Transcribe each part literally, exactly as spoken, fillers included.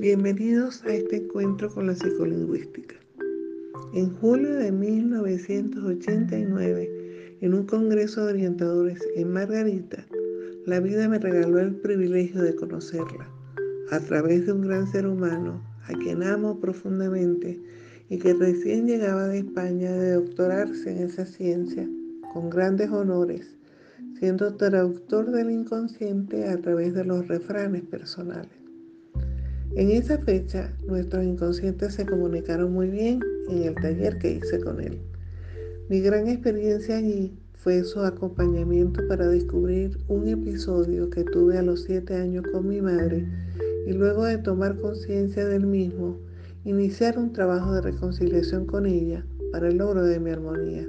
Bienvenidos a este encuentro con la psicolingüística. En julio de mil novecientos ochenta y nueve, en un congreso de orientadores en Margarita, la vida me regaló el privilegio de conocerla a través de un gran ser humano a quien amo profundamente y que recién llegaba de España de doctorarse en esa ciencia con grandes honores, siendo traductor del inconsciente a través de los refranes personales. En esa fecha, nuestros inconscientes se comunicaron muy bien en el taller que hice con él. Mi gran experiencia allí fue su acompañamiento para descubrir un episodio que tuve a los siete años con mi madre y luego de tomar conciencia del mismo, iniciar un trabajo de reconciliación con ella para el logro de mi armonía.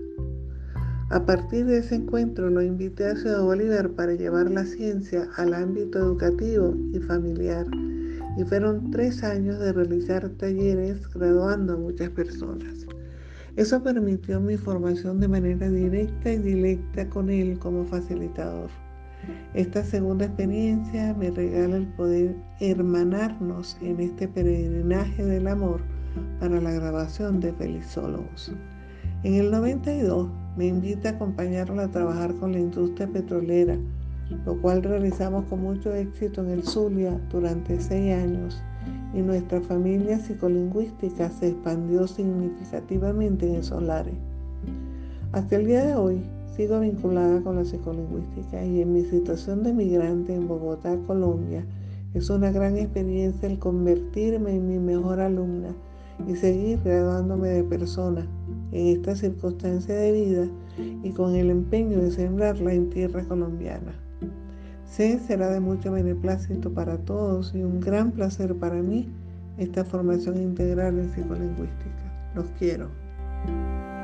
A partir de ese encuentro lo invité a Ciudad Bolívar para llevar la ciencia al ámbito educativo y familiar. Y fueron tres años de realizar talleres graduando a muchas personas. Eso permitió mi formación de manera directa y directa con él como facilitador. Esta segunda experiencia me regala el poder hermanarnos en este peregrinaje del amor para la grabación de Felizólogos. En el noventa y dos me invita a acompañarlo a trabajar con la industria petrolera, lo cual realizamos con mucho éxito en el Zulia durante seis años y nuestra familia psicolingüística se expandió significativamente en esos lares. Hasta el día de hoy sigo vinculada con la psicolingüística y en mi situación de migrante en Bogotá, Colombia, es una gran experiencia el convertirme en mi mejor alumna y seguir graduándome de persona en esta circunstancia de vida y con el empeño de sembrarla en tierra colombiana. Sé será de mucho beneplácito para todos y un gran placer para mí esta formación integral en psicolingüística. Los quiero.